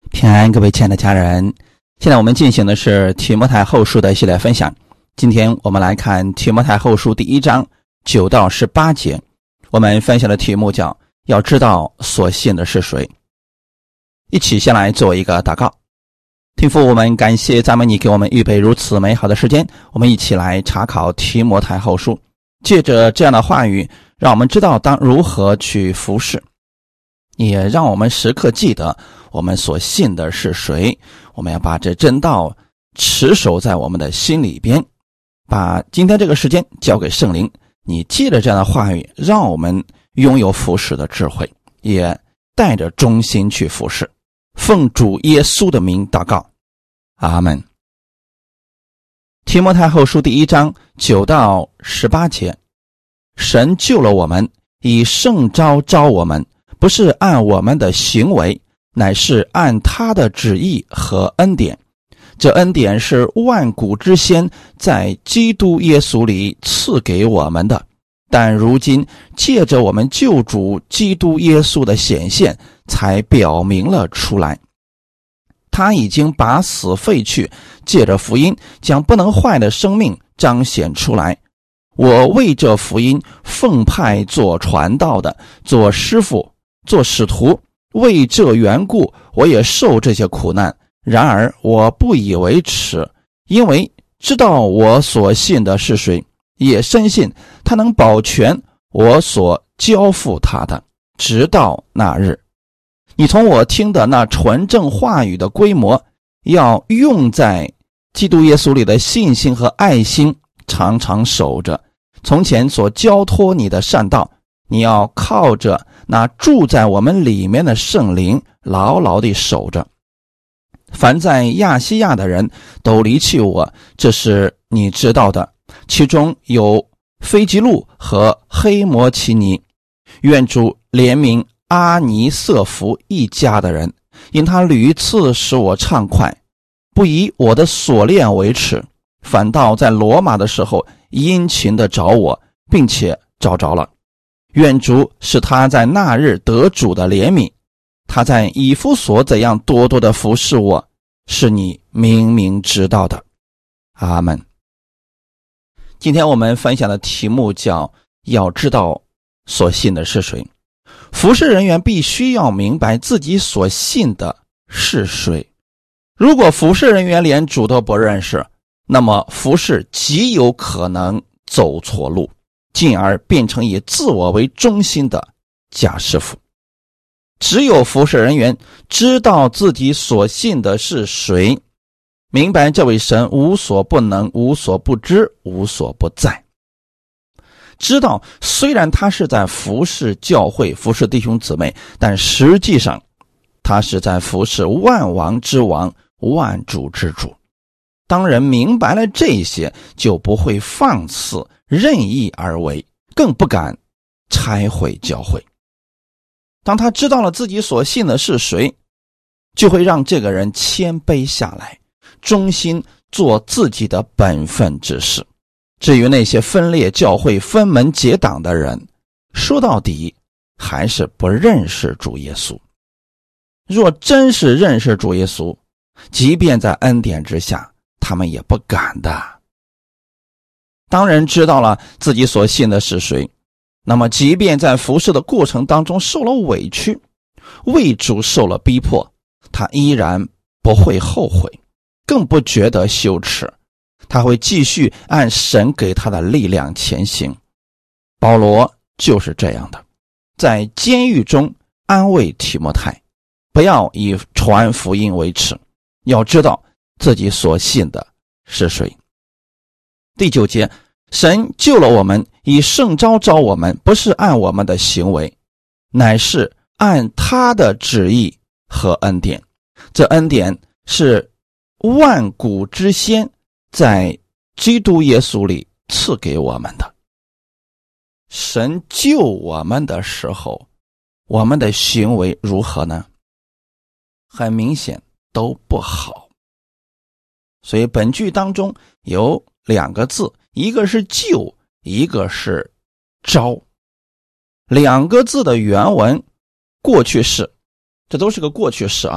平安，各位亲爱的家人，现在我们进行的是提摩太后书的系列分享。今天我们来看提摩太后书第1章9到18节，我们分享的题目叫要知道所信的是谁。一起先来做一个祷告。天父，我们感谢赞美你给我们预备如此美好的时间，我们一起来查考提摩太后书，借着这样的话语，让我们知道当如何去服侍，也让我们时刻记得我们所信的是谁。我们要把这真道持守在我们的心里边，把今天这个时间交给圣灵，你借着这样的话语，让我们拥有服侍的智慧，也带着忠心去服侍。奉主耶稣的名祷告，阿们。提摩太后书第1章9到18节，神救了我们，以圣召召我们，不是按我们的行为，乃是按他的旨意和恩典。这恩典是万古之先在基督耶稣里赐给我们的，但如今借着我们救主基督耶稣的显现，才表明了出来。他已经把死废去，借着福音将不能坏的生命彰显出来。我为这福音奉派做传道的，做师傅，做使徒，为这缘故我也受这些苦难。然而我不以为耻，因为知道我所信的是谁，也深信他能保全我所交付他的，直到那日。你从我听的那纯正话语的规模，要用在基督耶稣里的信心和爱心，常常守着从前所交托你的善道。你要靠着那住在我们里面的圣灵，牢牢地守着。凡在亚细亚的人都离弃我，这是你知道的，其中有腓吉路和黑摩奇尼。愿主怜悯阿尼瑟弗一家的人，因他屡次使我畅快，不以我的锁链为耻，反倒在罗马的时候殷勤地找我，并且找着了。愿主使他在那日得主的怜悯。他在以弗所怎样多多的服侍我，是你明明知道的。阿们。今天我们分享的题目叫要知道所信的是谁。服侍人员必须要明白自己所信的是谁。如果服侍人员连主都不认识，那么服侍极有可能走错路，进而变成以自我为中心的假师傅。只有服侍人员知道自己所信的是谁，明白这位神无所不能，无所不知，无所不在，知道虽然他是在服侍教会，服侍弟兄姊妹，但实际上他是在服侍万王之王，万主之主。当人明白了这些，就不会放肆任意而为，更不敢拆毁教会。当他知道了自己所信的是谁，就会让这个人谦卑下来，忠心做自己的本分之事。至于那些分裂教会、分门结党的人，说到底还是不认识主耶稣。若真是认识主耶稣，即便在恩典之下，他们也不敢的。当人知道了自己所信的是谁，那么即便在服侍的过程当中受了委屈，为主受了逼迫，他依然不会后悔，更不觉得羞耻，他会继续按神给他的力量前行。保罗就是这样的，在监狱中安慰提摩太，不要以传福音为耻，要知道自己所信的是谁。第9节，神救了我们，以圣召召我们，不是按我们的行为，乃是按他的旨意和恩典。这恩典是万古之先在基督耶稣里赐给我们的。神救我们的时候，我们的行为如何呢？很明显都不好。所以本句当中有2个字，一个是救，一个是招。2个字的原文过去式，这都是个过去式啊，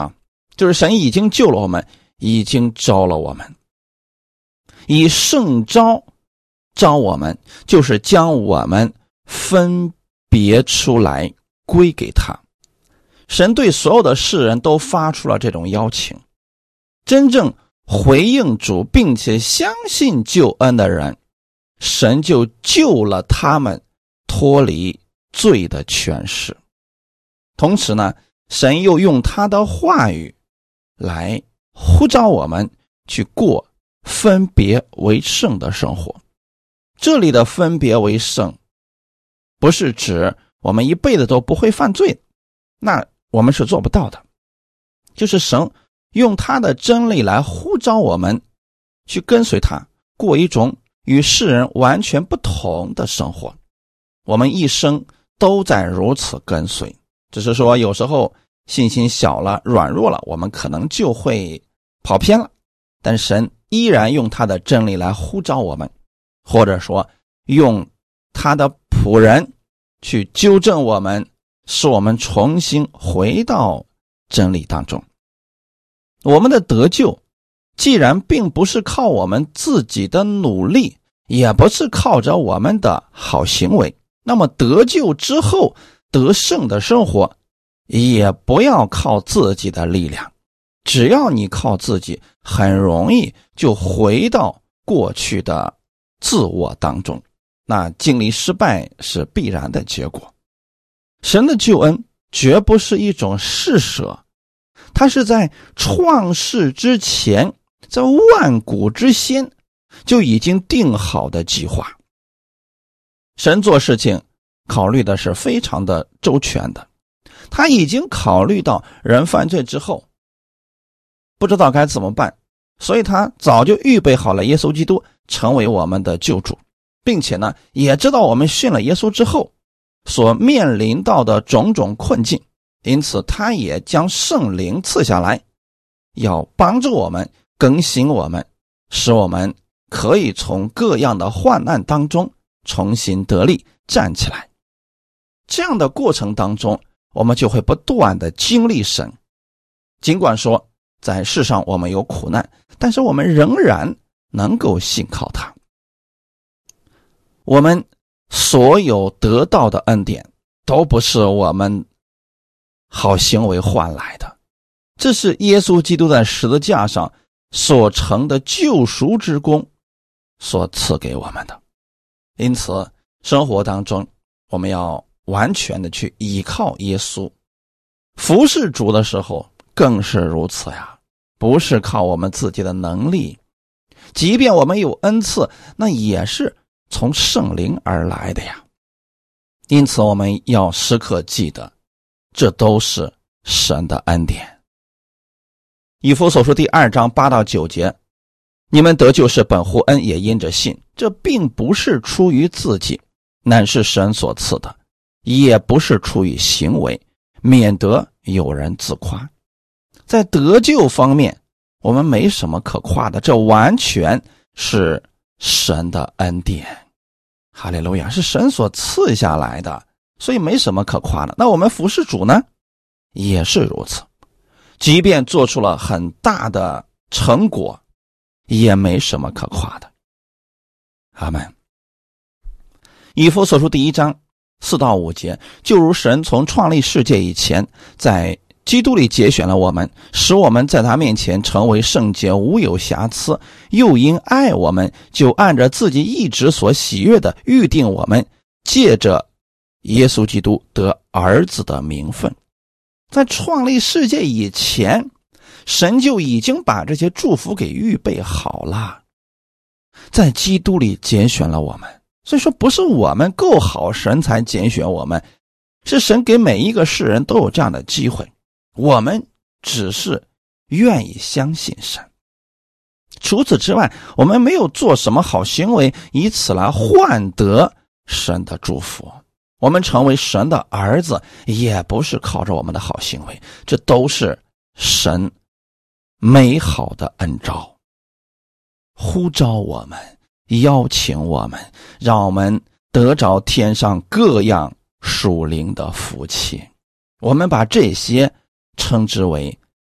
就是神已经救了我们，已经招了我们。以圣招招我们，就是将我们分别出来归给他。神对所有的世人都发出了这种邀请，真正回应主并且相信救恩的人，神就救了他们脱离罪的权势。同时呢，神又用他的话语来呼召我们去过分别为圣的生活。这里的分别为圣，不是指我们一辈子都不会犯罪，那我们是做不到的。就是神用他的真理来呼召我们去跟随他，过一种与世人完全不同的生活。我们一生都在如此跟随，只是说有时候信心小了，软弱了，我们可能就会跑偏了。但神依然用他的真理来呼召我们，或者说用他的仆人去纠正我们，使我们重新回到真理当中。我们的得救既然并不是靠我们自己的努力，也不是靠着我们的好行为，那么得救之后得胜的生活也不要靠自己的力量。只要你靠自己，很容易就回到过去的自我当中，那经历失败是必然的结果。神的救恩绝不是一种施舍，它是在创世之前，在万古之先就已经定好的计划。神做事情考虑的是非常的周全的，他已经考虑到人犯罪之后不知道该怎么办，所以他早就预备好了耶稣基督成为我们的救主，并且呢，也知道我们信了耶稣之后所面临到的种种困境，因此他也将圣灵赐下来，要帮助我们，更新我们，使我们可以从各样的患难当中重新得力站起来。这样的过程当中，我们就会不断的经历神。尽管说在世上我们有苦难，但是我们仍然能够信靠他。我们所有得到的恩典都不是我们好行为换来的，这是耶稣基督在十字架上所成的救赎之功所赐给我们的。因此生活当中我们要完全的去依靠耶稣，服侍主的时候更是如此呀，不是靠我们自己的能力，即便我们有恩赐，那也是从圣灵而来的呀。因此我们要时刻记得，这都是神的恩典。以弗所书第2章8到9节，你们得救是本乎恩，也因着信，这并不是出于自己，乃是神所赐的，也不是出于行为，免得有人自夸。在得救方面我们没什么可夸的，这完全是神的恩典。哈利路亚，是神所赐下来的，所以没什么可夸的。那我们服侍主呢，也是如此，即便做出了很大的成果，也没什么可夸的。阿们。以弗所书第1章4到5节，就如神从创立世界以前，在基督里节选了我们，使我们在他面前成为圣洁，无有瑕疵，又因爱我们，就按着自己一直所喜悦的预定我们，借着耶稣基督得儿子的名分。在创立世界以前，神就已经把这些祝福给预备好了，在基督里拣选了我们。所以说不是我们够好神才拣选我们，是神给每一个世人都有这样的机会，我们只是愿意相信神。除此之外，我们没有做什么好行为以此来换得神的祝福。我们成为神的儿子也不是靠着我们的好行为，这都是神美好的恩召，呼召我们，邀请我们，让我们得着天上各样属灵的福气。我们把这些称之为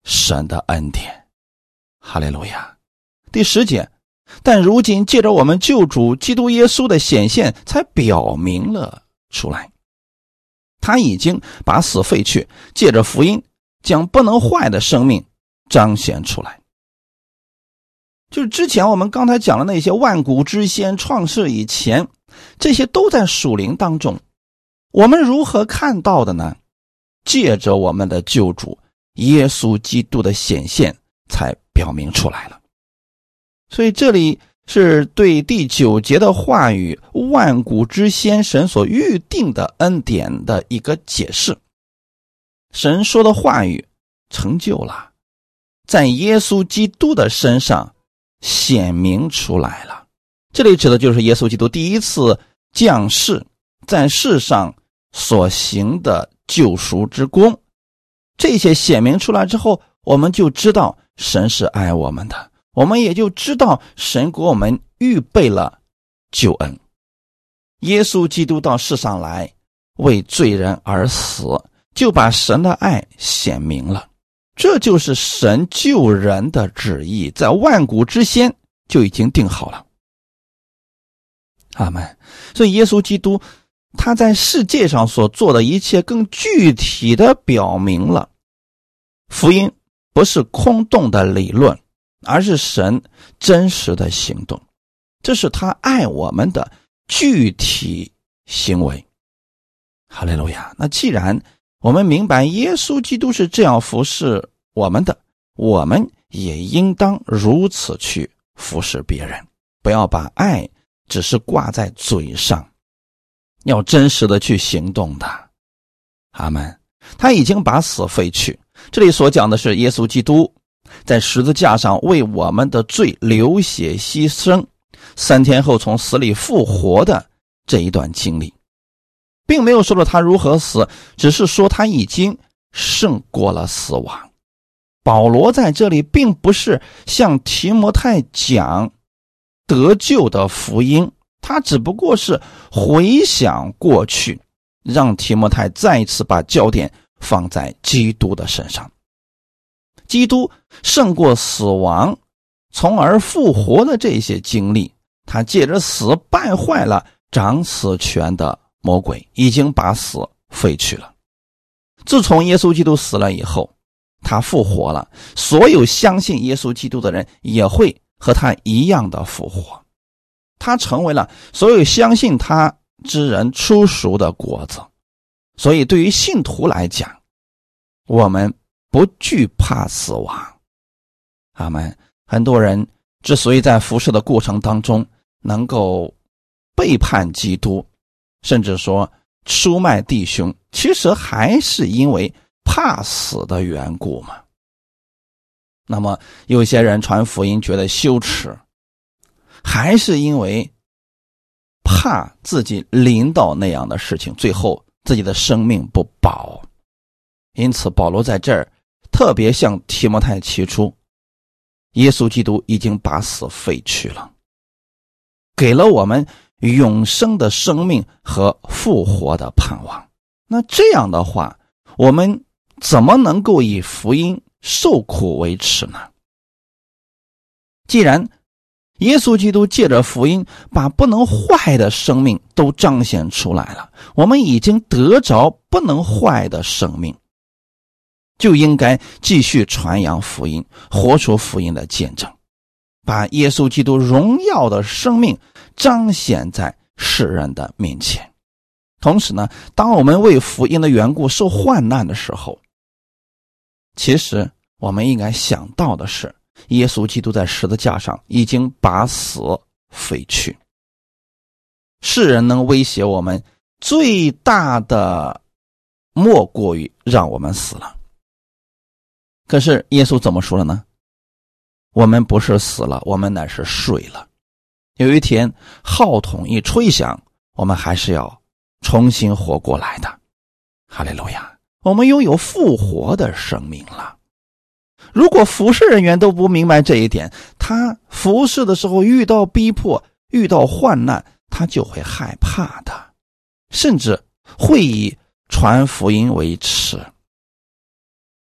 神的恩典。哈利路亚。第10节，但如今借着我们救主基督耶稣的显现，才表明了出来。他已经把死废去，借着福音将不能坏的生命彰显出来。就是之前我们刚才讲的那些万古之先、创世以前，这些都在属灵当中。我们如何看到的呢？借着我们的救主耶稣基督的显现才表明出来了。所以这里是对第9节的话语万古之先神所预定的恩典的一个解释。神说的话语成就了，在耶稣基督的身上显明出来了。这里指的就是耶稣基督第一次降世在世上所行的救赎之功。这些显明出来之后，我们就知道神是爱我们的，我们也就知道神给我们预备了救恩。耶稣基督到世上来为罪人而死，就把神的爱显明了。这就是神救人的旨意，在万古之先就已经定好了。阿们。所以耶稣基督他在世界上所做的一切更具体的表明了福音不是空洞的理论，而是神真实的行动，这是他爱我们的具体行为。哈利路亚。那既然我们明白耶稣基督是这样服侍我们的，我们也应当如此去服侍别人，不要把爱只是挂在嘴上，要真实的去行动的。阿们。他已经把死废去，这里所讲的是耶稣基督在十字架上为我们的罪流血牺牲，3天后从死里复活的这一段经历，并没有说了他如何死，只是说他已经胜过了死亡。保罗在这里并不是向提摩太讲得救的福音，他只不过是回想过去，让提摩太再一次把焦点放在基督的身上。基督胜过死亡从而复活的这些经历，他借着死败坏了掌死权的魔鬼，已经把死废去了。自从耶稣基督死了以后，他复活了，所有相信耶稣基督的人也会和他一样的复活。他成为了所有相信他之人出熟的果子。所以对于信徒来讲，我们不惧怕死亡。阿们。很多人之所以在服侍的过程当中能够背叛基督，甚至说出卖弟兄，其实还是因为怕死的缘故嘛。那么有些人传福音觉得羞耻，还是因为怕自己临到那样的事情，最后自己的生命不保。因此保罗在这儿特别向提摩太提出，耶稣基督已经把死废去了，给了我们永生的生命和复活的盼望。那这样的话，我们怎么能够以福音受苦为耻呢？既然耶稣基督借着福音把不能坏的生命都彰显出来了，我们已经得着不能坏的生命，就应该继续传扬福音，活出福音的见证，把耶稣基督荣耀的生命彰显在世人的面前。同时呢，当我们为福音的缘故受患难的时候，其实我们应该想到的是，耶稣基督在十字架上已经把死废去。世人能威胁我们最大的莫过于让我们死了。可是耶稣怎么说了呢？我们不是死了，我们乃是睡了。有一天号筒一吹响，我们还是要重新活过来的。哈利路亚。我们拥有复活的生命了。如果服侍人员都不明白这一点，他服侍的时候遇到逼迫，遇到患难，他就会害怕的，甚至会以传福音为耻。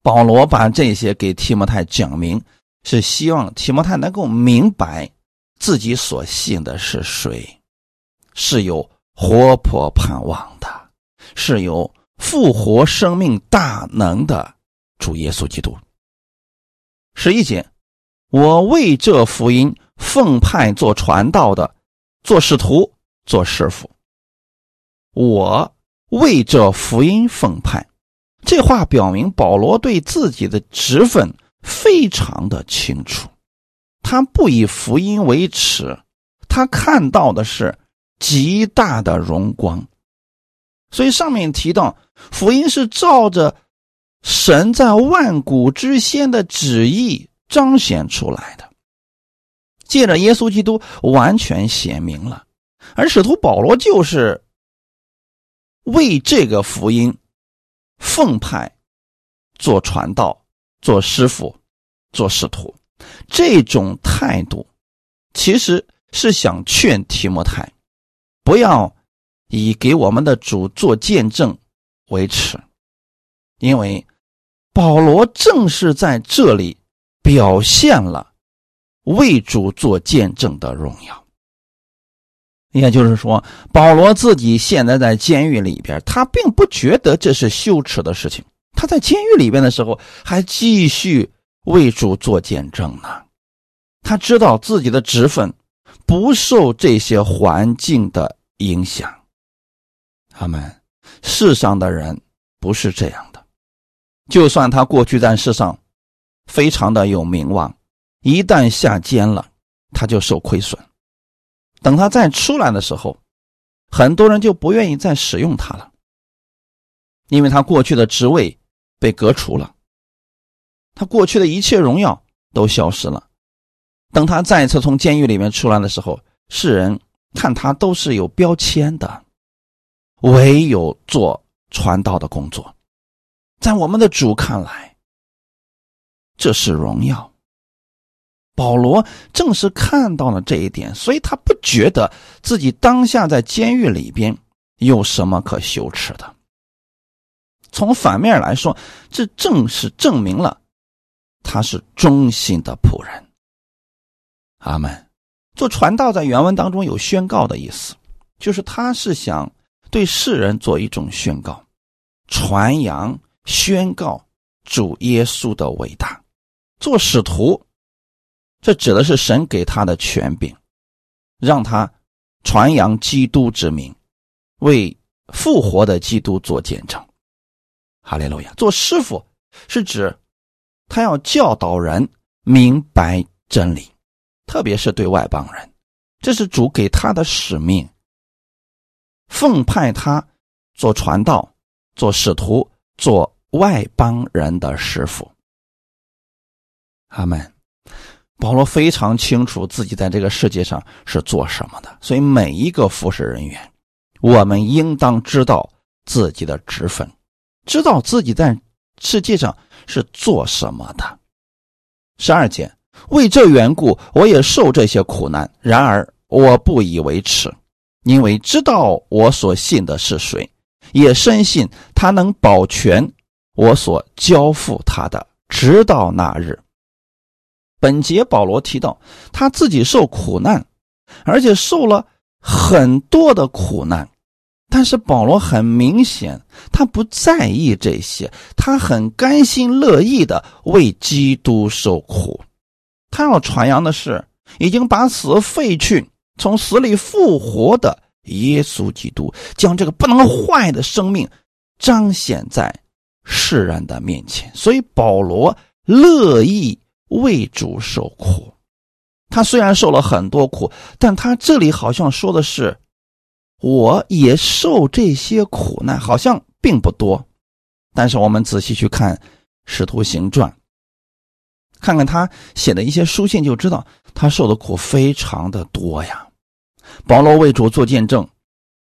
保罗把这些给提摩太讲明，是希望提摩太能够明白自己所信的是谁，是有活泼盼望的，是有复活生命大能的主耶稣基督。11节，我为这福音奉派做传道的，做使徒，做师傅。我为这福音奉派，这话表明保罗对自己的职分非常的清楚，他不以福音为耻，他看到的是极大的荣光。所以上面提到福音是照着神在万古之先的旨意彰显出来的，借着耶稣基督完全显明了，而使徒保罗就是为这个福音奉派做传道，做师傅，做使徒。这种态度其实是想劝提摩太不要以给我们的主做见证为耻，因为保罗正是在这里表现了为主做见证的荣耀。也就是说，保罗自己现在在监狱里边，他并不觉得这是羞耻的事情，他在监狱里边的时候还继续为主做见证呢。他知道自己的职分不受这些环境的影响。阿们。世上的人不是这样的，就算他过去在世上非常的有名望，一旦下监了，他就受亏损。等他再出来的时候，很多人就不愿意再使用他了，因为他过去的职位被革除了，他过去的一切荣耀都消失了。等他再次从监狱里面出来的时候，世人看他都是有标签的，唯有做传道的工作，在我们的主看来，这是荣耀。保罗正是看到了这一点，所以他不觉得自己当下在监狱里边有什么可羞耻的。从反面来说，这正是证明了他是忠心的仆人。阿们。做传道在原文当中有宣告的意思，就是他是想对世人做一种宣告，传扬宣告主耶稣的伟大。做使徒，这指的是神给他的权柄，让他传扬基督之名，为复活的基督做见证。哈利路亚。做师傅是指他要教导人明白真理，特别是对外邦人，这是主给他的使命，奉派他做传道，做使徒，做外邦人的师傅。阿们。保罗非常清楚自己在这个世界上是做什么的，所以每一个服侍人员，我们应当知道自己的职分，知道自己在世界上是做什么的。12节，为这缘故我也受这些苦难，然而我不以为耻，因为知道我所信的是谁，也深信他能保全我所交付他的，直到那日。本节保罗提到他自己受苦难，而且受了很多的苦难，但是保罗很明显他不在意这些，他很甘心乐意的为基督受苦。他要传扬的是已经把死废去，从死里复活的耶稣基督，将这个不能坏的生命彰显在世人的面前。所以保罗乐意为主受苦。他虽然受了很多苦，但他这里好像说的是我也受这些苦难，好像并不多。但是我们仔细去看使徒行传，看看他写的一些书信，就知道他受的苦非常的多呀。保罗为主做见证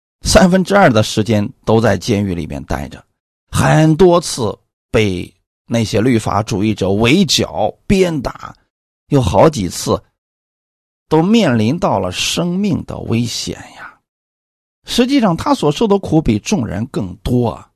，2/3的时间都在监狱里面待着，很多次被那些律法主义者围剿鞭打，有好几次都面临到了生命的危险呀。实际上他所受的苦比众人更多啊。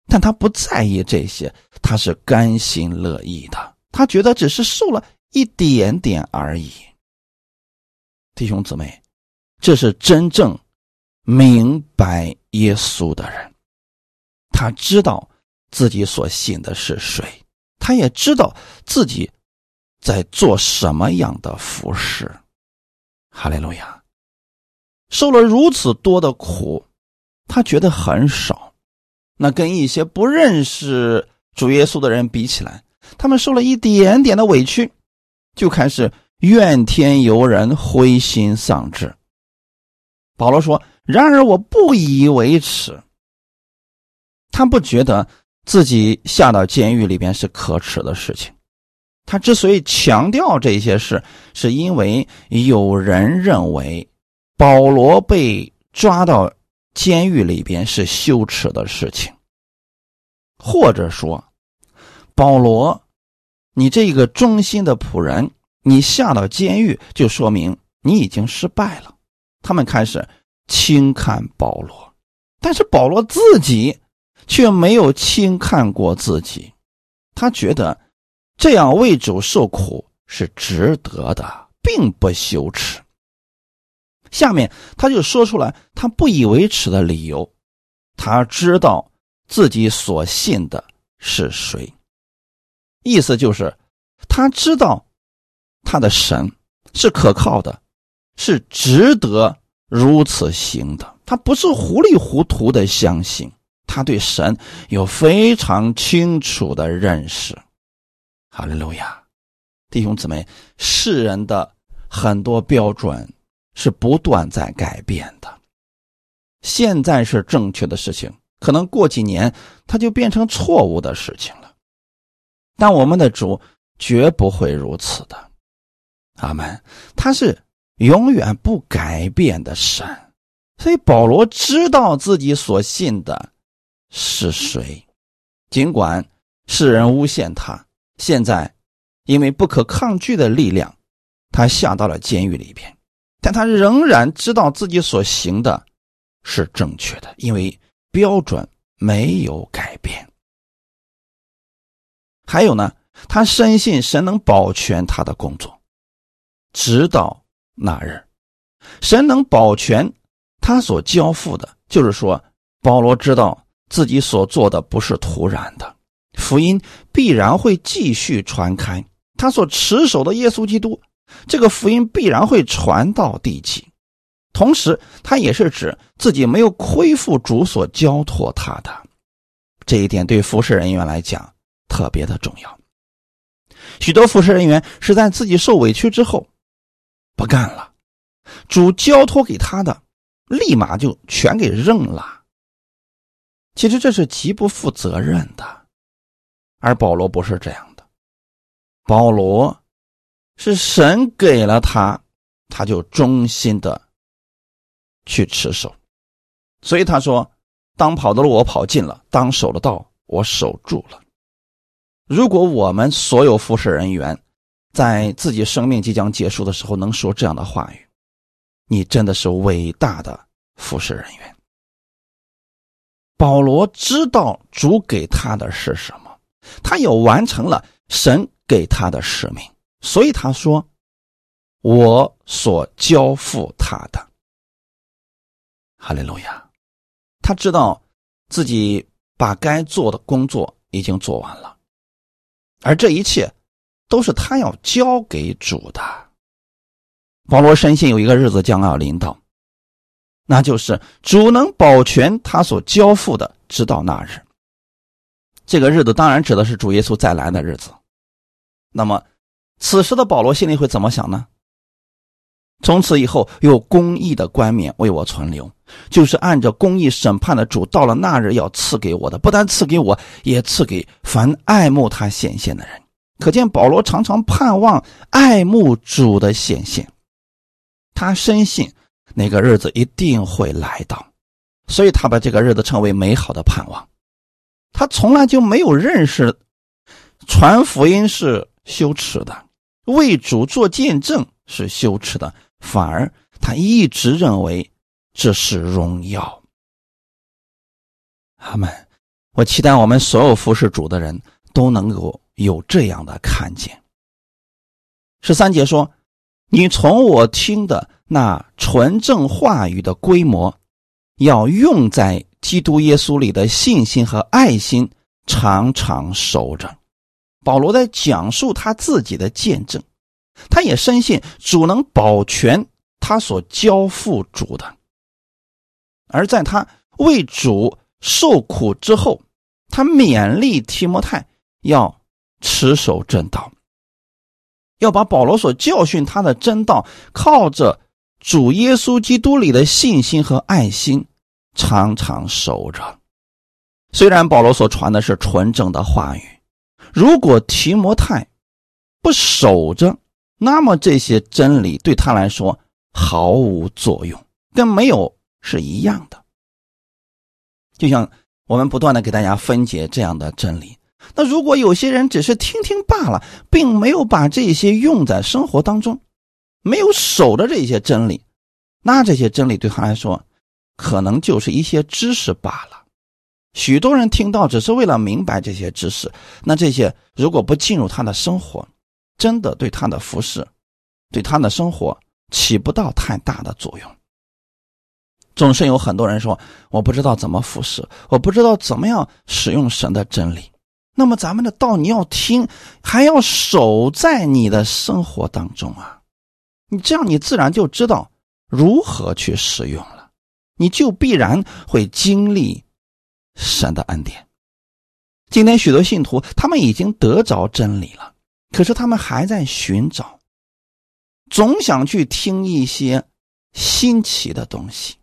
但他不在意这些，他是甘心乐意的，他觉得只是受了一点点而已。弟兄姊妹，这是真正明白耶稣的人，他知道自己所信的是谁，他也知道自己在做什么样的服事。哈利路亚！受了如此多的苦，他觉得很少。那跟一些不认识主耶稣的人比起来，他们受了一点点的委屈，就开始怨天尤人，灰心丧志。保罗说，然而我不以为耻。他不觉得自己下到监狱里边是可耻的事情。他之所以强调这些事，是因为有人认为保罗被抓到监狱里边是羞耻的事情，或者说保罗，你这个忠心的仆人，你下到监狱就说明你已经失败了。他们开始轻看保罗，但是保罗自己却没有轻看过自己，他觉得这样为主受苦是值得的，并不羞耻。下面他就说出来他不以为耻的理由，他知道自己所信的是谁。意思就是他知道他的神是可靠的，是值得如此行的。他不是糊里糊涂的相信，他对神有非常清楚的认识。哈利路亚！弟兄姊妹，世人的很多标准是不断在改变的，现在是正确的事情，可能过几年它就变成错误的事情了。但我们的主绝不会如此的。阿们！他是永远不改变的神，所以保罗知道自己所信的是谁，尽管世人诬陷他，现在因为不可抗拒的力量，他下到了监狱里边，但他仍然知道自己所行的是正确的，因为标准没有改变。还有呢，他深信神能保全他的工作，直到那日。神能保全他所交付的，就是说保罗知道自己所做的不是徒然的，福音必然会继续传开，他所持守的耶稣基督，这个福音必然会传到地极。同时他也是指自己没有亏负主所交托他的，这一点对服侍人员来讲特别的重要。许多服侍人员是在自己受委屈之后不干了，主交托给他的立马就全给扔了，其实这是极不负责任的。而保罗不是这样的，保罗是神给了他，他就忠心的去持守。所以他说，当跑的路我跑尽了，当守的道我守住了。如果我们所有服侍人员在自己生命即将结束的时候能说这样的话语，你真的是伟大的服侍人员。保罗知道主给他的是什么，他也完成了神给他的使命，所以他说我所交付他的。哈利路亚！他知道自己把该做的工作已经做完了，而这一切都是他要交给主的。保罗深信有一个日子将要临到，那就是主能保全他所交付的直到那日。这个日子当然指的是主耶稣再来的日子。那么此时的保罗心里会怎么想呢？从此以后有公义的冠冕为我存留，就是按照公义审判的主到了那日要赐给我的，不但赐给我，也赐给凡爱慕他显现的人。可见保罗常常盼望爱慕主的显现，他深信那个日子一定会来到，所以他把这个日子称为美好的盼望。他从来就没有认识传福音是羞耻的，为主做见证是羞耻的，反而他一直认为这是荣耀。阿们！ 我期待我们所有服侍主的人都能够有这样的看见。13节说，你从我听的那纯正话语的规模，要用在基督耶稣里的信心和爱心常常守着。保罗在讲述他自己的见证，他也深信主能保全他所交付主的。而在他为主受苦之后，他勉励提摩太要持守真道，要把保罗所教训他的真道，靠着主耶稣基督里的信心和爱心常常守着。虽然保罗所传的是纯正的话语，如果提摩太不守着，那么这些真理对他来说毫无作用，跟没有是一样的。就像我们不断的给大家分解这样的真理，那如果有些人只是听听罢了，并没有把这些用在生活当中，没有守着这些真理，那这些真理对他来说可能就是一些知识罢了。许多人听到只是为了明白这些知识，那这些如果不进入他的生活，真的对他的服事，对他的生活起不到太大的作用。总是有很多人说，我不知道怎么服事，我不知道怎么样使用神的真理。那么咱们的道你要听，还要守在你的生活当中啊，你这样你自然就知道如何去使用了，你就必然会经历神的恩典。今天许多信徒他们已经得着真理了，可是他们还在寻找，总想去听一些新奇的东西。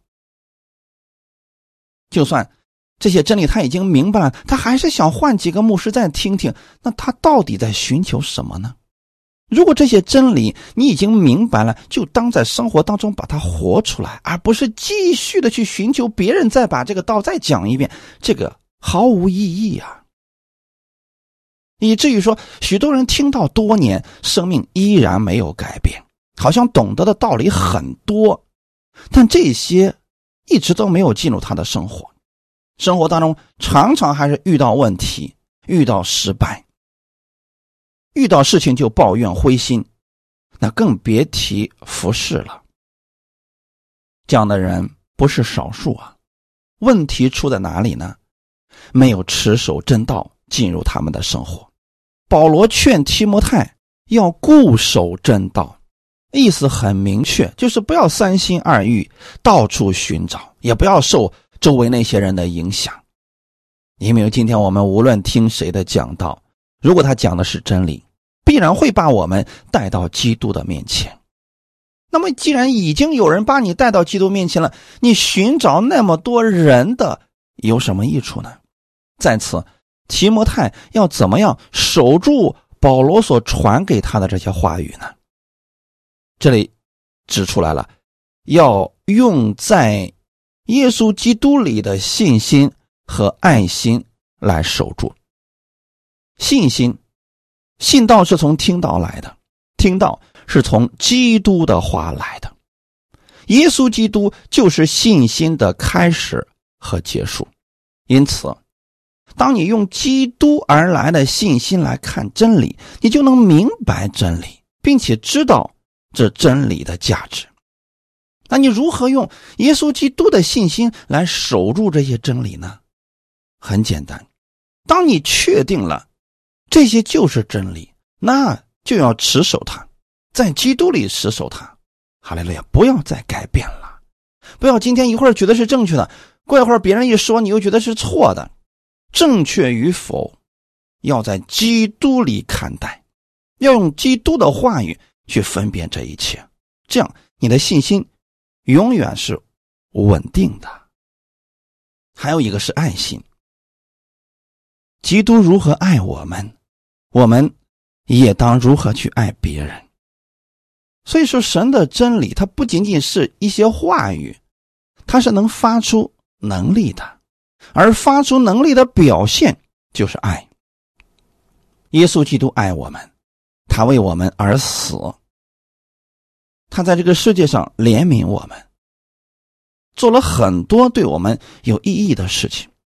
就算这些真理他已经明白了，他还是想换几个牧师再听听，那他到底在寻求什么呢？如果这些真理你已经明白了，就当在生活当中把它活出来，而不是继续的去寻求别人再把这个道再讲一遍，这个毫无意义啊。以至于说许多人听到多年，生命依然没有改变，好像懂得的道理很多，但这些一直都没有进入他的生活，生活当中常常还是遇到问题，遇到失败，遇到事情就抱怨灰心，那更别提服侍了。这样的人不是少数啊。问题出在哪里呢？没有持守真道进入他们的生活。保罗劝提摩太要固守真道，意思很明确，就是不要三心二意，到处寻找，也不要受周围那些人的影响。因为今天我们无论听谁的讲道，如果他讲的是真理，必然会把我们带到基督的面前。那么既然已经有人把你带到基督面前了，你寻找那么多人的有什么益处呢？在此提摩太要怎么样守住保罗所传给他的这些话语呢？这里指出来了，要用在耶稣基督里的信心和爱心来守住。信心，信道是从听道来的，听道是从基督的话来的。耶稣基督就是信心的开始和结束。因此当你用基督而来的信心来看真理，你就能明白真理，并且知道这真理的价值。那你如何用耶稣基督的信心来守住这些真理呢？很简单，当你确定了这些就是真理，那就要持守它，在基督里持守它。哈利路亚，不要再改变了，不要今天一会儿觉得是正确的，过一会儿别人一说你又觉得是错的。正确与否要在基督里看待，要用基督的话语去分辨这一切，这样你的信心永远是稳定的。还有一个是爱心，基督如何爱我们，我们也当如何去爱别人。所以说神的真理它不仅仅是一些话语，它是能发出能力的，而发出能力的表现就是爱。耶稣基督爱我们，他为我们而死，他在这个世界上怜悯我们，做了很多对我们有意义的事情。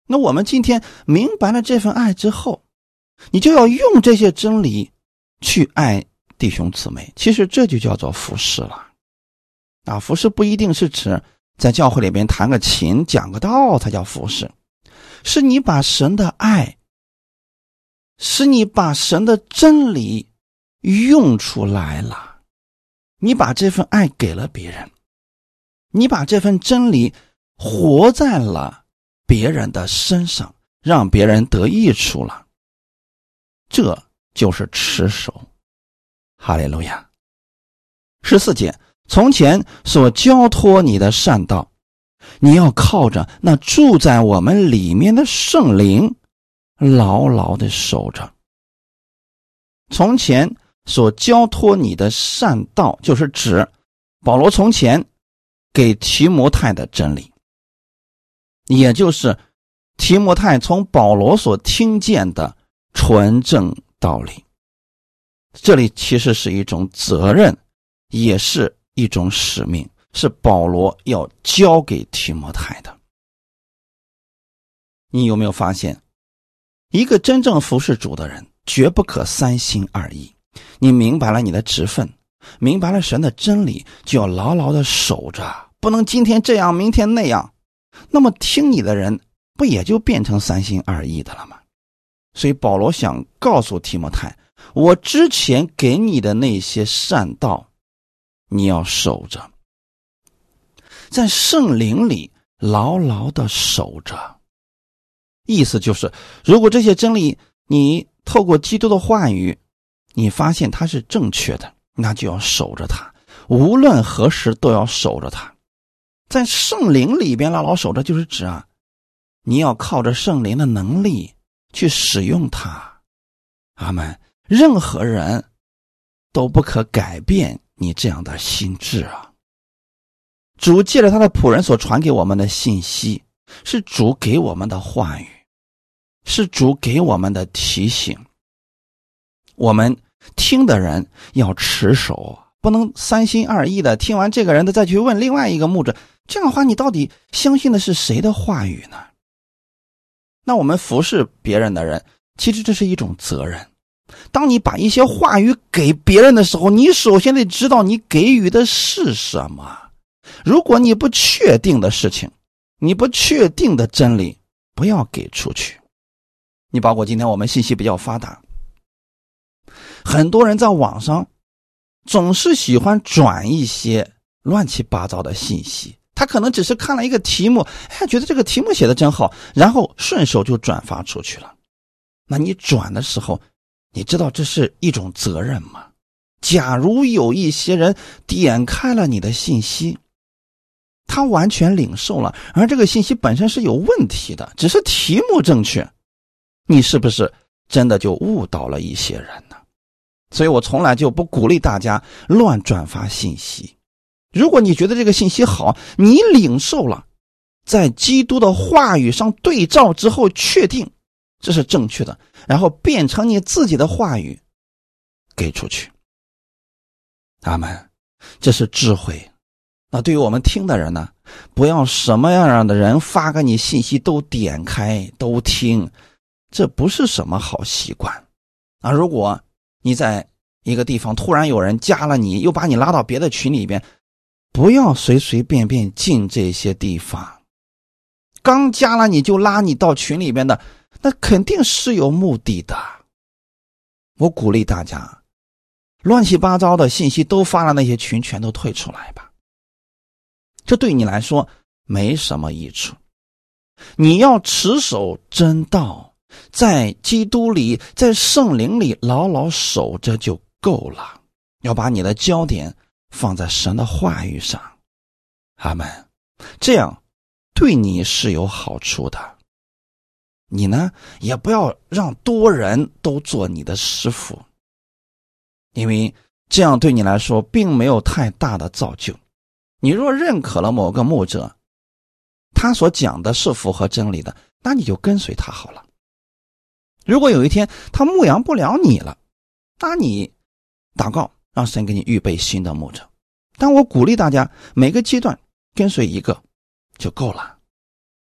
那我们今天明白了这份爱之后，你就要用这些真理去爱弟兄姊妹。其实这就叫做服侍了啊！服侍不一定是指在教会里边弹个琴讲个道才叫服侍，是你把神的爱，是你把神的真理用出来了，你把这份爱给了别人，你把这份真理活在了别人的身上，让别人得益处了，这就是持守。哈利路亚。14节，从前所交托你的善道，你要靠着那住在我们里面的圣灵牢牢地守着。从前所交托你的善道，就是指保罗从前给提摩太的真理，也就是提摩太从保罗所听见的纯正道理。这里其实是一种责任，也是一种使命，是保罗要交给提摩太的。你有没有发现，一个真正服侍主的人绝不可三心二意。你明白了你的职分，明白了神的真理，就要牢牢地守着，不能今天这样明天那样，那么听你的人不也就变成三心二意的了吗？所以保罗想告诉提摩太，我之前给你的那些善道你要守着，在圣灵里牢牢地守着。意思就是，如果这些真理你透过基督的话语你发现它是正确的，那就要守着它，无论何时都要守着它。在圣灵里边牢牢守着，就是指你要靠着圣灵的能力去使用它。阿们。任何人都不可改变你这样的心智啊！主借着他的仆人所传给我们的信息，是主给我们的话语，是主给我们的提醒。我们听的人要持守，不能三心二意的听完这个人的再去问另外一个牧者，这样的话你到底相信的是谁的话语呢？那我们服侍别人的人，其实这是一种责任。当你把一些话语给别人的时候，你首先得知道你给予的是什么。如果你不确定的事情，你不确定的真理，不要给出去。你包括今天我们信息比较发达，很多人在网上总是喜欢转一些乱七八糟的信息，他可能只是看了一个题目，觉得这个题目写得真好，然后顺手就转发出去了。那你转的时候，你知道这是一种责任吗？假如有一些人点开了你的信息，他完全领受了，而这个信息本身是有问题的，只是题目正确，你是不是真的就误导了一些人呢？所以我从来就不鼓励大家乱转发信息。如果你觉得这个信息好，你领受了，在基督的话语上对照之后确定这是正确的，然后变成你自己的话语给出去。阿们。这是智慧。那对于我们听的人呢，不要什么样的人发给你信息都点开都听，这不是什么好习惯如果你在一个地方突然有人加了你，又把你拉到别的群里边，不要随随便便进这些地方。刚加了你就拉你到群里边的，那肯定是有目的的。我鼓励大家，乱七八糟的信息都发了，那些群全都退出来吧，这对你来说没什么益处。你要持守真道，在基督里，在圣灵里牢牢守着就够了，要把你的焦点放在神的话语上。阿们。这样对你是有好处的。你呢，也不要让多人都做你的师傅，因为这样对你来说并没有太大的造就。你若认可了某个牧者，他所讲的是符合真理的，那你就跟随他好了。如果有一天他牧养不了你了，那你祷告让神给你预备新的牧者。但我鼓励大家每个阶段跟随一个就够了。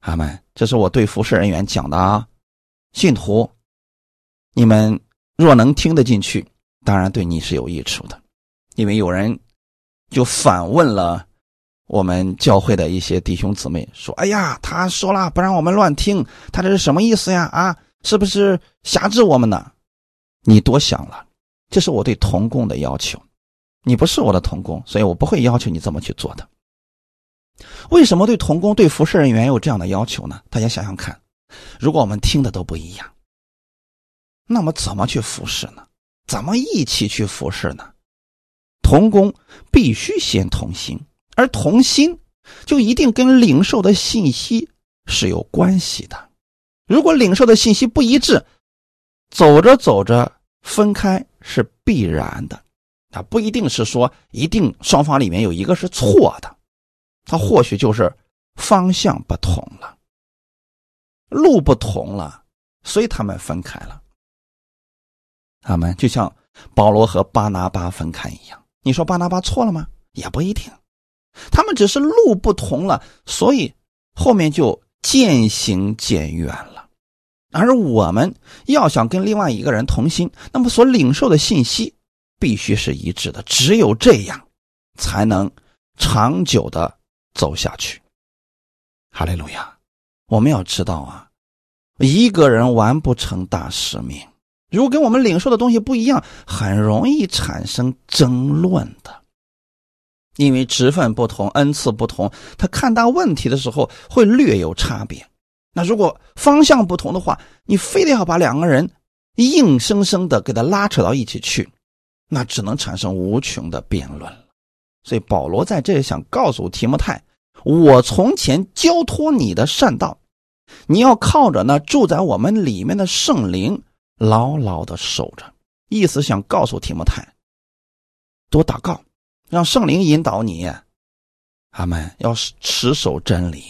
阿们，这是我对服侍人员讲的啊。信徒，你们若能听得进去，当然对你是有益处的。因为有人就反问了我们教会的一些弟兄姊妹，说哎呀，他说了不让我们乱听，他这是什么意思呀？啊，是不是辖制我们呢？你多想了，这是我对同工的要求。你不是我的同工，所以我不会要求你这么去做的。为什么对同工对服侍人员有这样的要求呢？大家想想看，如果我们听的都不一样，那么怎么去服侍呢？怎么一起去服侍呢？同工必须先同心，而同心就一定跟领受的信息是有关系的。如果领受的信息不一致，走着走着分开是必然的。不一定是说一定双方里面有一个是错的，他或许就是方向不同了，路不同了，所以他们分开了。他们就像保罗和巴拿巴分开一样，你说巴拿巴错了吗？也不一定，他们只是路不同了，所以后面就渐行渐远了。而我们要想跟另外一个人同心，那么所领受的信息必须是一致的，只有这样才能长久的走下去。哈利路亚！我们要知道啊，一个人完不成大使命，如果跟我们领受的东西不一样，很容易产生争论的。因为职分不同，恩赐不同，他看待问题的时候会略有差别。那如果方向不同的话，你非得要把两个人硬生生的给他拉扯到一起去，那只能产生无穷的辩论了。所以保罗在这里想告诉提摩太，我从前交托你的善道，你要靠着那住在我们里面的圣灵牢牢的守着。意思想告诉提摩太，多祷告，让圣灵引导你，阿们，要持守真理，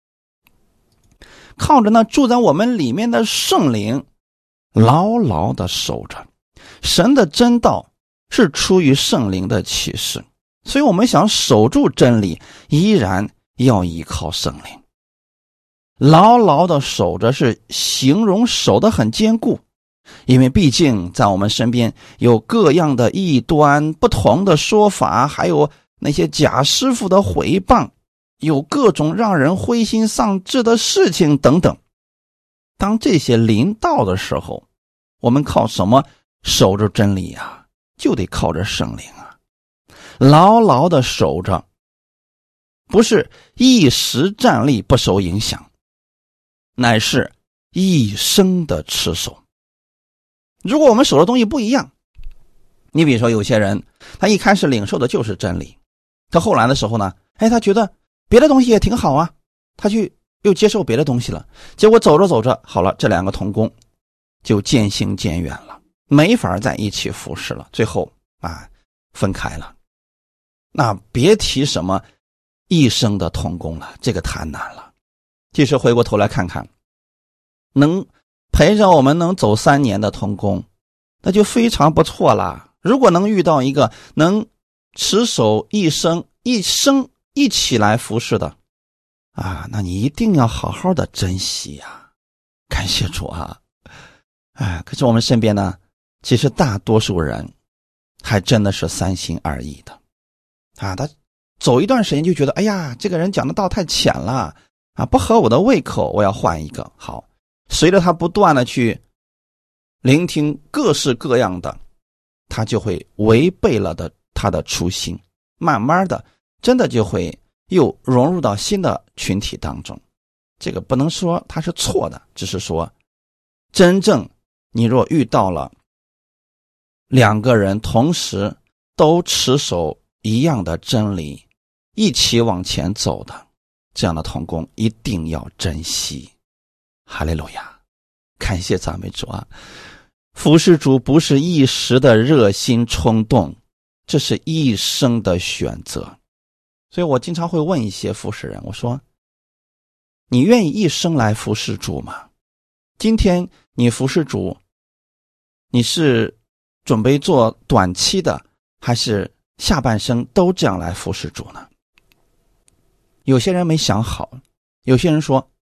靠着那住在我们里面的圣灵牢牢的守着。神的真道是出于圣灵的启示，所以我们想守住真理，依然要依靠圣灵。牢牢的守着是形容守得很坚固，因为毕竟在我们身边有各样的异端，不同的说法，还有那些假师傅的毁谤，有各种让人灰心丧志的事情等等。当这些临到的时候，我们靠什么守着真理啊？就得靠着圣灵啊，牢牢的守着，不是一时站立不受影响，乃是一生的持守。如果我们守的东西不一样，你比如说有些人他一开始领受的就是真理，他后来的时候呢，他觉得别的东西也挺好啊，他去又接受别的东西了，结果走着走着，好了，这两个同工就渐行渐远了，没法在一起服侍了，最后分开了。那别提什么一生的同工了，这个太难了。其实回过头来看看，能陪着我们能走3年的同工，那就非常不错了。如果能遇到一个能持守一生一起来服侍的那你一定要好好的珍惜呀，感谢主啊！可是我们身边呢，其实大多数人还真的是三心二意的他走一段时间就觉得，哎呀，这个人讲的道太浅了不合我的胃口，我要换一个。好，随着他不断的去聆听各式各样的，他就会违背了他的初心，慢慢的真的就会又融入到新的群体当中。这个不能说他是错的，只是说真正你若遇到了两个人同时都持守一样的真理，一起往前走的，这样的同工一定要珍惜。哈利路亚，感谢赞美主啊！服侍主不是一时的热心冲动，这是一生的选择。所以我经常会问一些服侍人，我说，你愿意一生来服侍主吗？今天你服侍主，你是准备做短期的，还是下半生都这样来服侍主呢？有些人没想好，有些人说，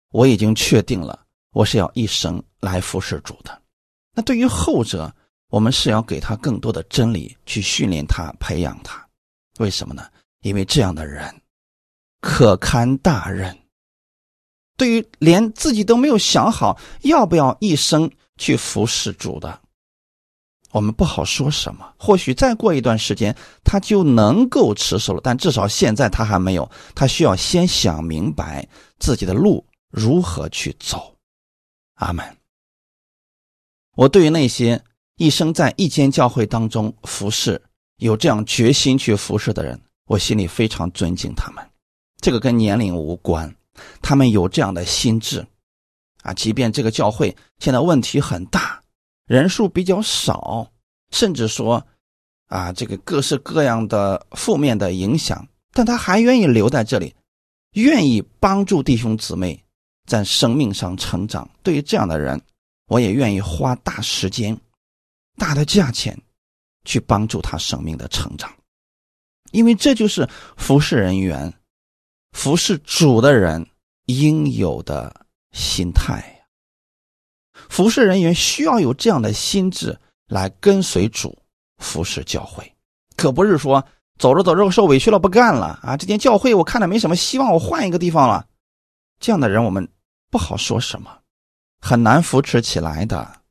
我已经确定了，我是要一生来服侍主的。那对于后者，我们是要给他更多的真理，去训练他，培养他。为什么呢？因为这样的人可堪大任。对于连自己都没有想好要不要一生去服侍主的，我们不好说什么。或许再过一段时间他就能够持守了，但至少现在他还没有，他需要先想明白自己的路如何去走。阿们。我对于那些一生在一间教会当中服侍，有这样决心去服侍的人，我心里非常尊敬他们。这个跟年龄无关，他们有这样的心智即便这个教会现在问题很大，人数比较少，甚至说这个各式各样的负面的影响，但他还愿意留在这里，愿意帮助弟兄姊妹在生命上成长。对于这样的人，我也愿意花大时间大的价钱去帮助他生命的成长。因为这就是服侍人员，服侍主的人应有的心态。服侍人员需要有这样的心智来跟随主服侍教会，可不是说走着走着受委屈了不干了这间教会我看着没什么希望，我换一个地方了。这样的人我们不好说什么，很难扶持起来的。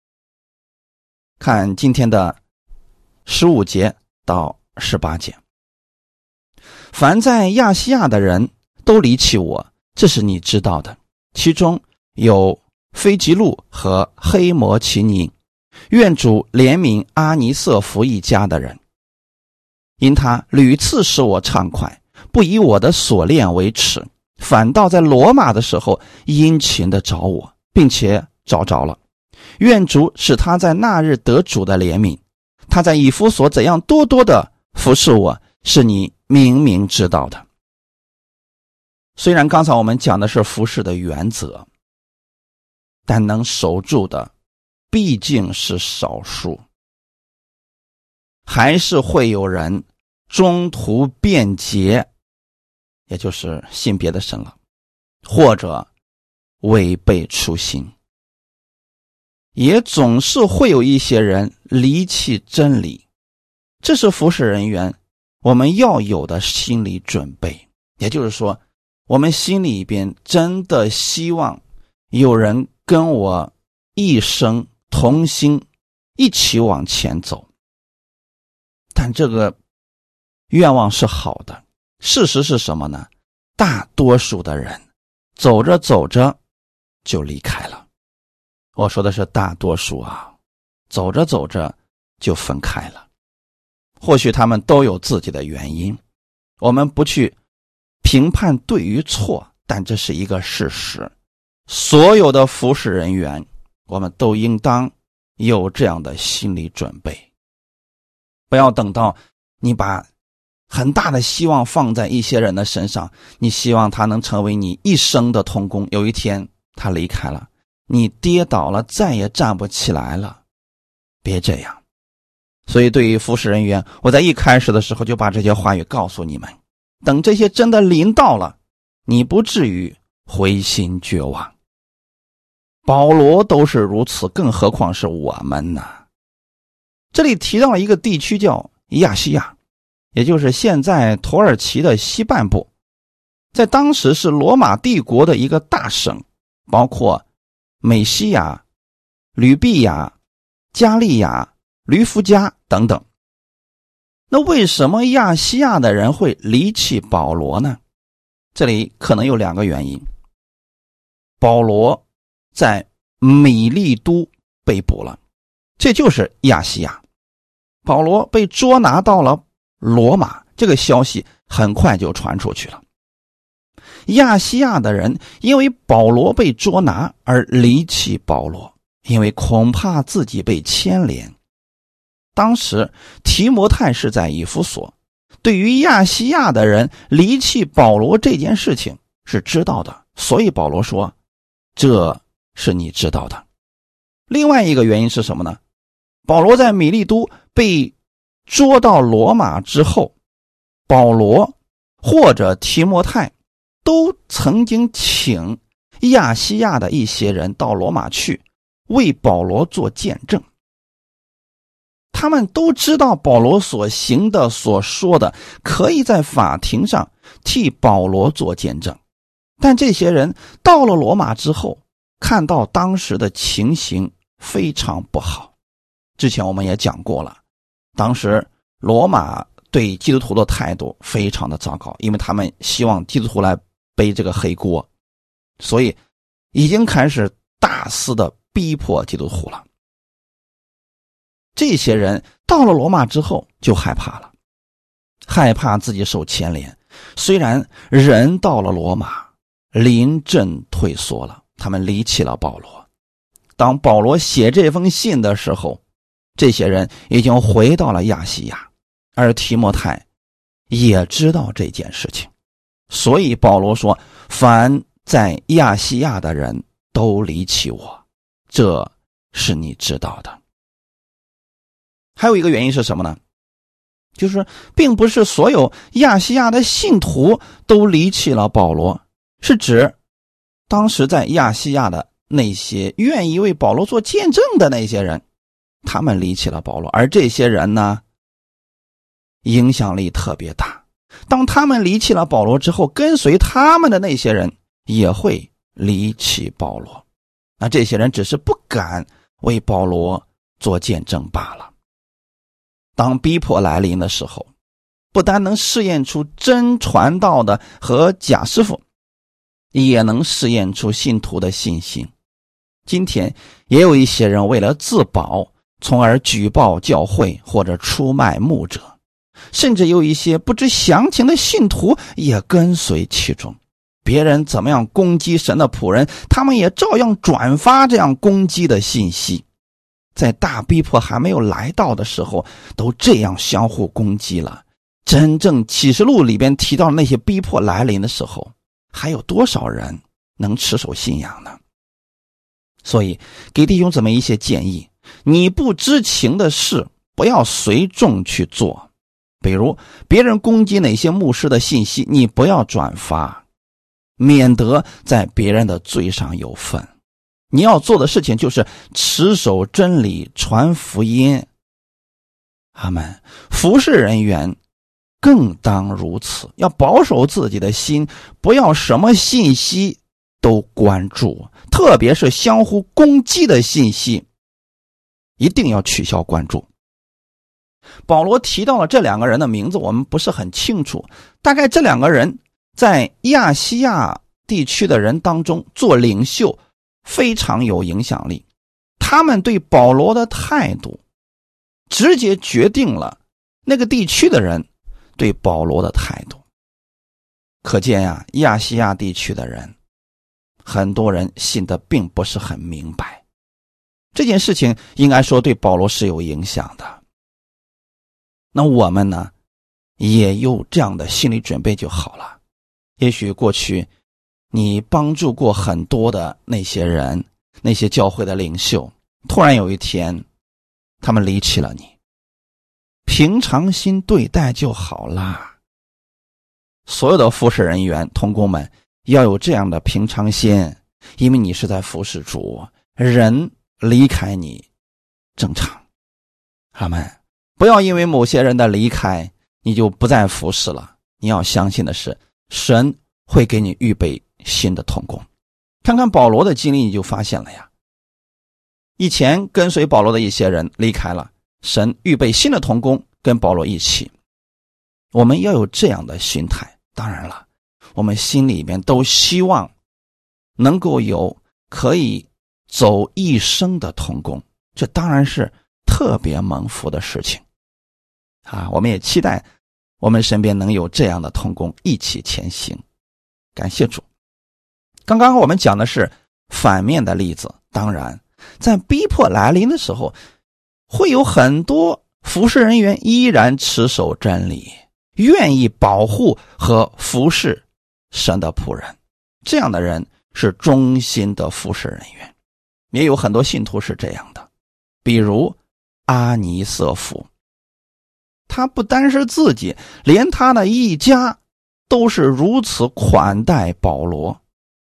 看今天的15节到18节，凡在亚细亚的人都离弃我，这是你知道的，其中有腓吉路和黑摩奇尼，愿主怜悯阿尼瑟弗一家的人，因他屡次使我畅快，不以我的所恋为耻，反倒在罗马的时候殷勤地找我，并且找着了。愿主使他在那日得主的怜悯。他在以弗所怎样多多的服侍我，是你明明知道的。虽然刚才我们讲的是服侍的原则，但能守住的毕竟是少数，还是会有人中途变节，也就是信别的神了，或者违背初心。也总是会有一些人离弃真理，这是服侍人员我们要有的心理准备。也就是说，我们心里边真的希望有人跟我一生同心，一起往前走。但这个愿望是好的，事实是什么呢？大多数的人走着走着就离开了。我说的是大多数走着走着就分开了。或许他们都有自己的原因，我们不去评判对与错，但这是一个事实。所有的服侍人员，我们都应当有这样的心理准备。不要等到你把很大的希望放在一些人的身上，你希望他能成为你一生的同工，有一天他离开了，你跌倒了，再也站不起来了。别这样。所以对于服侍人员，我在一开始的时候就把这些话语告诉你们，等这些真的临到了，你不至于灰心绝望。保罗都是如此，更何况是我们呢？这里提到了一个地区叫亚细亚，也就是现在土耳其的西半部，在当时是罗马帝国的一个大省，包括美西亚、吕庇亚、加利亚、吕弗加等等。那为什么亚细亚的人会离弃保罗呢？这里可能有两个原因。保罗在米利都被捕了，这就是亚细亚。保罗被捉拿到了罗马，这个消息很快就传出去了。亚细亚的人因为保罗被捉拿而离弃保罗，因为恐怕自己被牵连。当时提摩太是在以弗所，对于亚细亚的人离弃保罗这件事情是知道的，所以保罗说这是你知道的。另外一个原因是什么呢？保罗在米利都被捉到罗马之后，保罗或者提摩太都曾经请亚细亚的一些人到罗马去为保罗做见证。他们都知道保罗所行的所说的可以在法庭上替保罗做见证，但这些人到了罗马之后，看到当时的情形非常不好。之前我们也讲过了，当时罗马对基督徒的态度非常的糟糕，因为他们希望基督徒来背这个黑锅，所以已经开始大肆的逼迫基督徒了。这些人到了罗马之后就害怕了，害怕自己受牵连。虽然人到了罗马，临阵退缩了，他们离弃了保罗。当保罗写这封信的时候，这些人已经回到了亚细亚，而提摩太也知道这件事情，所以保罗说，凡在亚细亚的人都离弃我，这是你知道的。还有一个原因是什么呢？就是并不是所有亚细亚的信徒都离弃了保罗，是指当时在亚细亚的那些愿意为保罗做见证的那些人，他们离弃了保罗。而这些人呢，影响力特别大，当他们离弃了保罗之后，跟随他们的那些人也会离弃保罗。那这些人只是不敢为保罗做见证罢了。当逼迫来临的时候，不单能试验出真传道的和假师傅，也能试验出信徒的信心。今天也有一些人为了自保，从而举报教会或者出卖牧者，甚至有一些不知详情的信徒也跟随其中。别人怎么样攻击神的仆人，他们也照样转发这样攻击的信息。在大逼迫还没有来到的时候，都这样相互攻击了。真正启示录里边提到那些逼迫来临的时候，还有多少人能持守信仰呢？所以给弟兄姊妹一些建议，你不知情的事不要随众去做。比如别人攻击哪些牧师的信息，你不要转发，免得在别人的罪上有份。你要做的事情就是持守真理，传福音。阿们。服侍人员更当如此，要保守自己的心，不要什么信息都关注，特别是相互攻击的信息，一定要取消关注。保罗提到了这两个人的名字，我们不是很清楚，大概这两个人在亚细亚地区的人当中做领袖，非常有影响力。他们对保罗的态度直接决定了那个地区的人对保罗的态度。可见呀，亚细亚地区的人很多人信得并不是很明白，这件事情应该说对保罗是有影响的。那我们呢，也有这样的心理准备就好了。也许过去你帮助过很多的那些人，那些教会的领袖，突然有一天他们离弃了你，平常心对待就好啦。所有的服侍人员同工们要有这样的平常心，因为你是在服侍主，人离开你正常。阿们。不要因为某些人的离开你就不再服侍了，你要相信的是神会给你预备新的同工。看看保罗的经历你就发现了呀，以前跟随保罗的一些人离开了，神预备新的同工跟保罗一起。我们要有这样的心态。当然了，我们心里面都希望能够有可以走一生的同工，这当然是特别蒙福的事情啊！我们也期待我们身边能有这样的同工一起前行。感谢主。刚刚我们讲的是反面的例子，当然在逼迫来临的时候，会有很多服侍人员依然持守真理，愿意保护和服侍神的仆人，这样的人是忠心的服侍人员。也有很多信徒是这样的，比如阿尼瑟夫，他不单是自己，连他的一家都是如此款待保罗。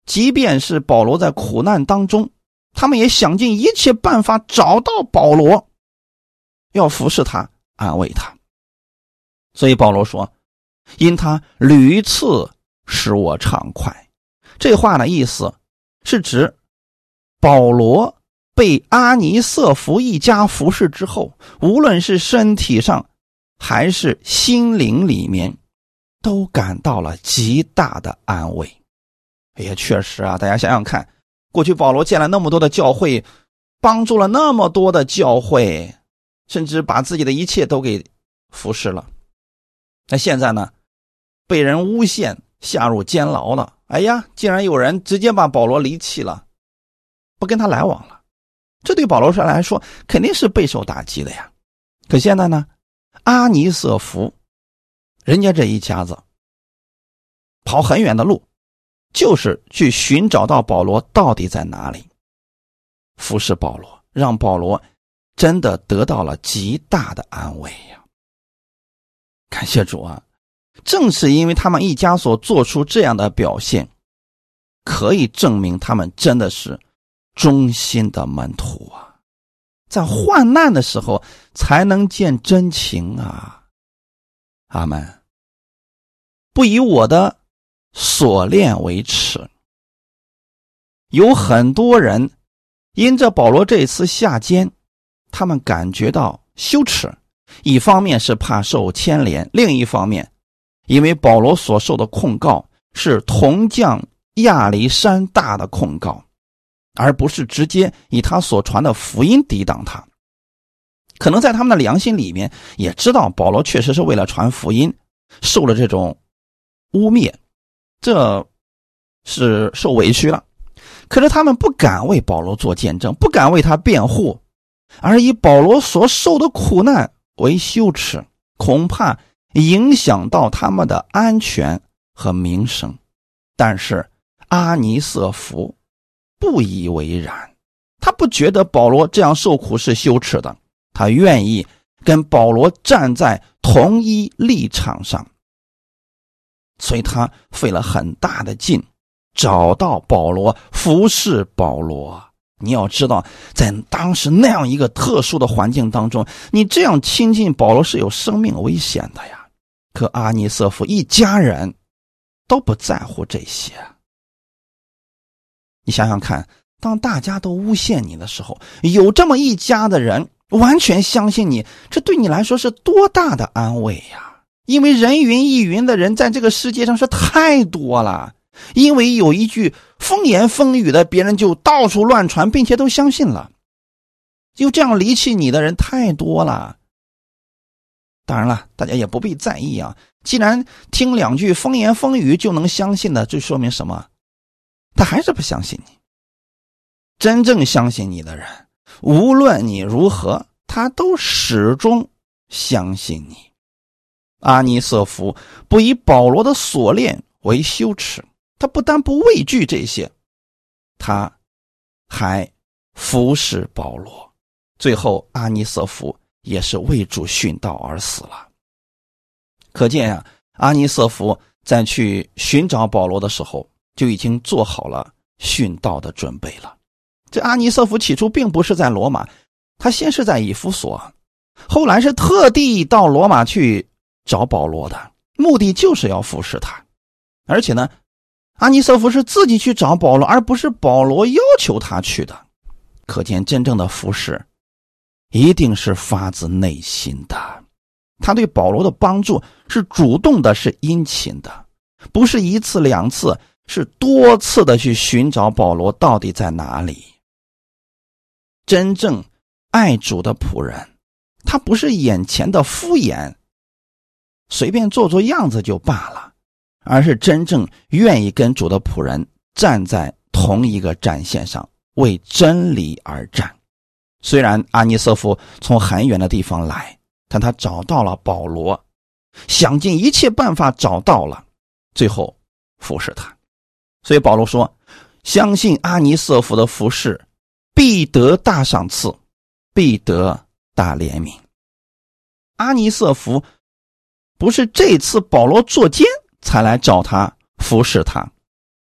即便是保罗在苦难当中，他们也想尽一切办法找到保罗，要服侍他，安慰他。所以保罗说，因他屡次使我畅快。这话的意思是指保罗被阿尼色弗一家服侍之后，无论是身体上还是心灵里面，都感到了极大的安慰。也确实啊，大家想想看，过去保罗建了那么多的教会，帮助了那么多的教会，甚至把自己的一切都给服侍了。那现在呢，被人诬陷，下入监牢了。哎呀，竟然有人直接把保罗离弃了，不跟他来往了。这对保罗来说肯定是备受打击的呀。可现在呢，阿尼色弗人家这一家子跑很远的路，就是去寻找到保罗到底在哪里，服侍保罗，让保罗真的得到了极大的安慰呀。感谢主啊！正是因为他们一家所做出这样的表现，可以证明他们真的是忠心的门徒啊，在患难的时候才能见真情啊。阿们。不以我的所恋为耻。有很多人因着保罗这次下监，他们感觉到羞耻，一方面是怕受牵连，另一方面因为保罗所受的控告是铜匠亚历山大的控告，而不是直接以他所传的福音抵挡他。可能在他们的良心里面也知道保罗确实是为了传福音受了这种污蔑，这是受委屈了。可是他们不敢为保罗做见证，不敢为他辩护，而以保罗所受的苦难为羞耻，恐怕影响到他们的安全和名声。但是阿尼色弗不以为然，他不觉得保罗这样受苦是羞耻的，他愿意跟保罗站在同一立场上，所以他费了很大的劲找到保罗，服侍保罗。你要知道，在当时那样一个特殊的环境当中，你这样亲近保罗是有生命危险的呀。可阿尼色弗一家人都不在乎这些。你想想看，当大家都诬陷你的时候，有这么一家的人完全相信你，这对你来说是多大的安慰呀！因为人云亦云的人在这个世界上是太多了，因为有一句风言风语的，别人就到处乱传，并且都相信了。就这样离弃你的人太多了。当然了，大家也不必在意啊。既然听两句风言风语就能相信的，就说明什么？他还是不相信你。真正相信你的人，无论你如何，他都始终相信你。阿尼色弗不以保罗的锁链为羞耻，他不但不畏惧这些，他还服侍保罗。最后阿尼色弗也是为主殉道而死了。可见呀，阿尼色弗在去寻找保罗的时候就已经做好了殉道的准备了。这阿尼色弗起初并不是在罗马，他先是在以弗所，后来是特地到罗马去找保罗的，目的就是要服侍他。而且呢，阿尼色弗是自己去找保罗，而不是保罗要求他去的。可见真正的服侍一定是发自内心的，他对保罗的帮助是主动的，是殷勤的，不是一次两次，是多次的去寻找保罗到底在哪里。真正爱主的仆人，他不是眼前的敷衍，随便做做样子就罢了，而是真正愿意跟主的仆人站在同一个战线上，为真理而战。虽然阿尼色弗从很远的地方来，但他找到了保罗，想尽一切办法找到了，最后服侍他。所以保罗说，相信阿尼色弗的服侍必得大赏赐，必得大怜悯。阿尼色弗不是这次保罗坐监才来找他服侍他，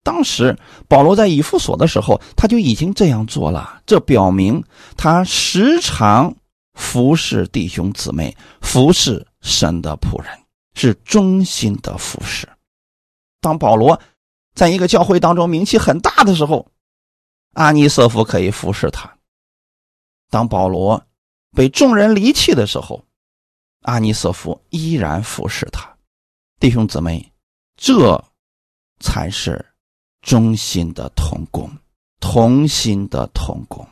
当时保罗在以弗所的时候，他就已经这样做了，这表明他时常服侍弟兄姊妹，服侍神的仆人，是忠心的服侍。当保罗在一个教会当中名气很大的时候，阿尼色弗可以服侍他；当保罗被众人离弃的时候，阿尼色弗依然服侍他。弟兄姊妹，这才是忠心的同工，同心的同工。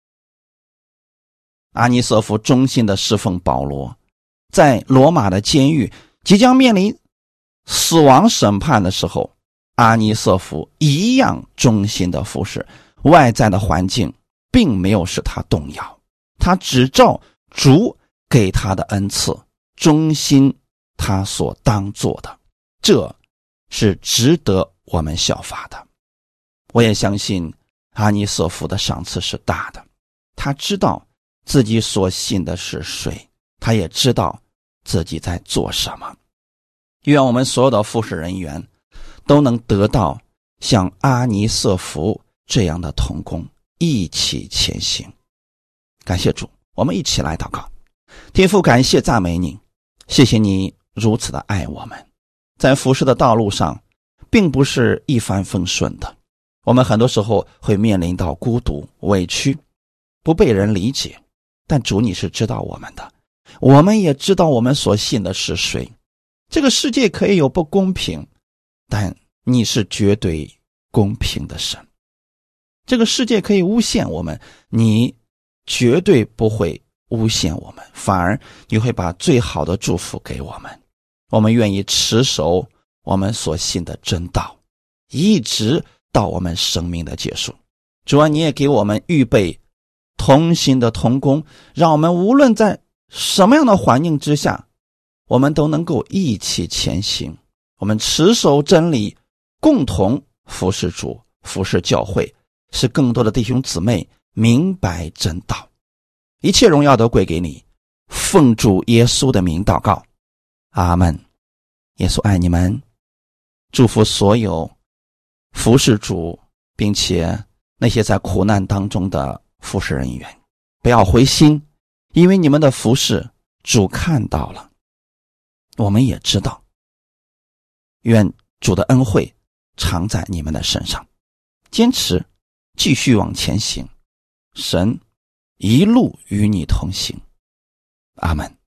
阿尼色弗忠心的侍奉保罗，在罗马的监狱即将面临死亡审判的时候，阿尼色弗一样忠心的服侍，外在的环境并没有使他动摇，他只照主给他的恩赐，忠心他所当做的，这是值得我们效法的。我也相信阿尼色弗的赏赐是大的，他知道自己所信的是谁，他也知道自己在做什么。愿我们所有的服侍人员都能得到像阿尼色弗这样的同工，一起前行。感谢主，我们一起来祷告。天父，感谢赞美你，谢谢你如此的爱我们。在服侍的道路上并不是一帆风顺的，我们很多时候会面临到孤独、委屈，不被人理解，但主你是知道我们的，我们也知道我们所信的是谁。这个世界可以有不公平，但你是绝对公平的神。这个世界可以诬陷我们，你绝对不会诬陷我们，反而你会把最好的祝福给我们。我们愿意持守我们所信的真道，一直到我们生命的结束。主啊，你也给我们预备同心的同工，让我们无论在什么样的环境之下，我们都能够一起前行。我们持守真理，共同服侍主，服侍教会，使更多的弟兄姊妹明白真道。一切荣耀都归给你，奉主耶稣的名祷告，阿们。耶稣爱你们，祝福所有服侍主并且那些在苦难当中的服侍人员，不要灰心，因为你们的服侍主看到了，我们也知道。愿主的恩惠常在你们的身上，坚持继续往前行，神一路与你同行。阿们。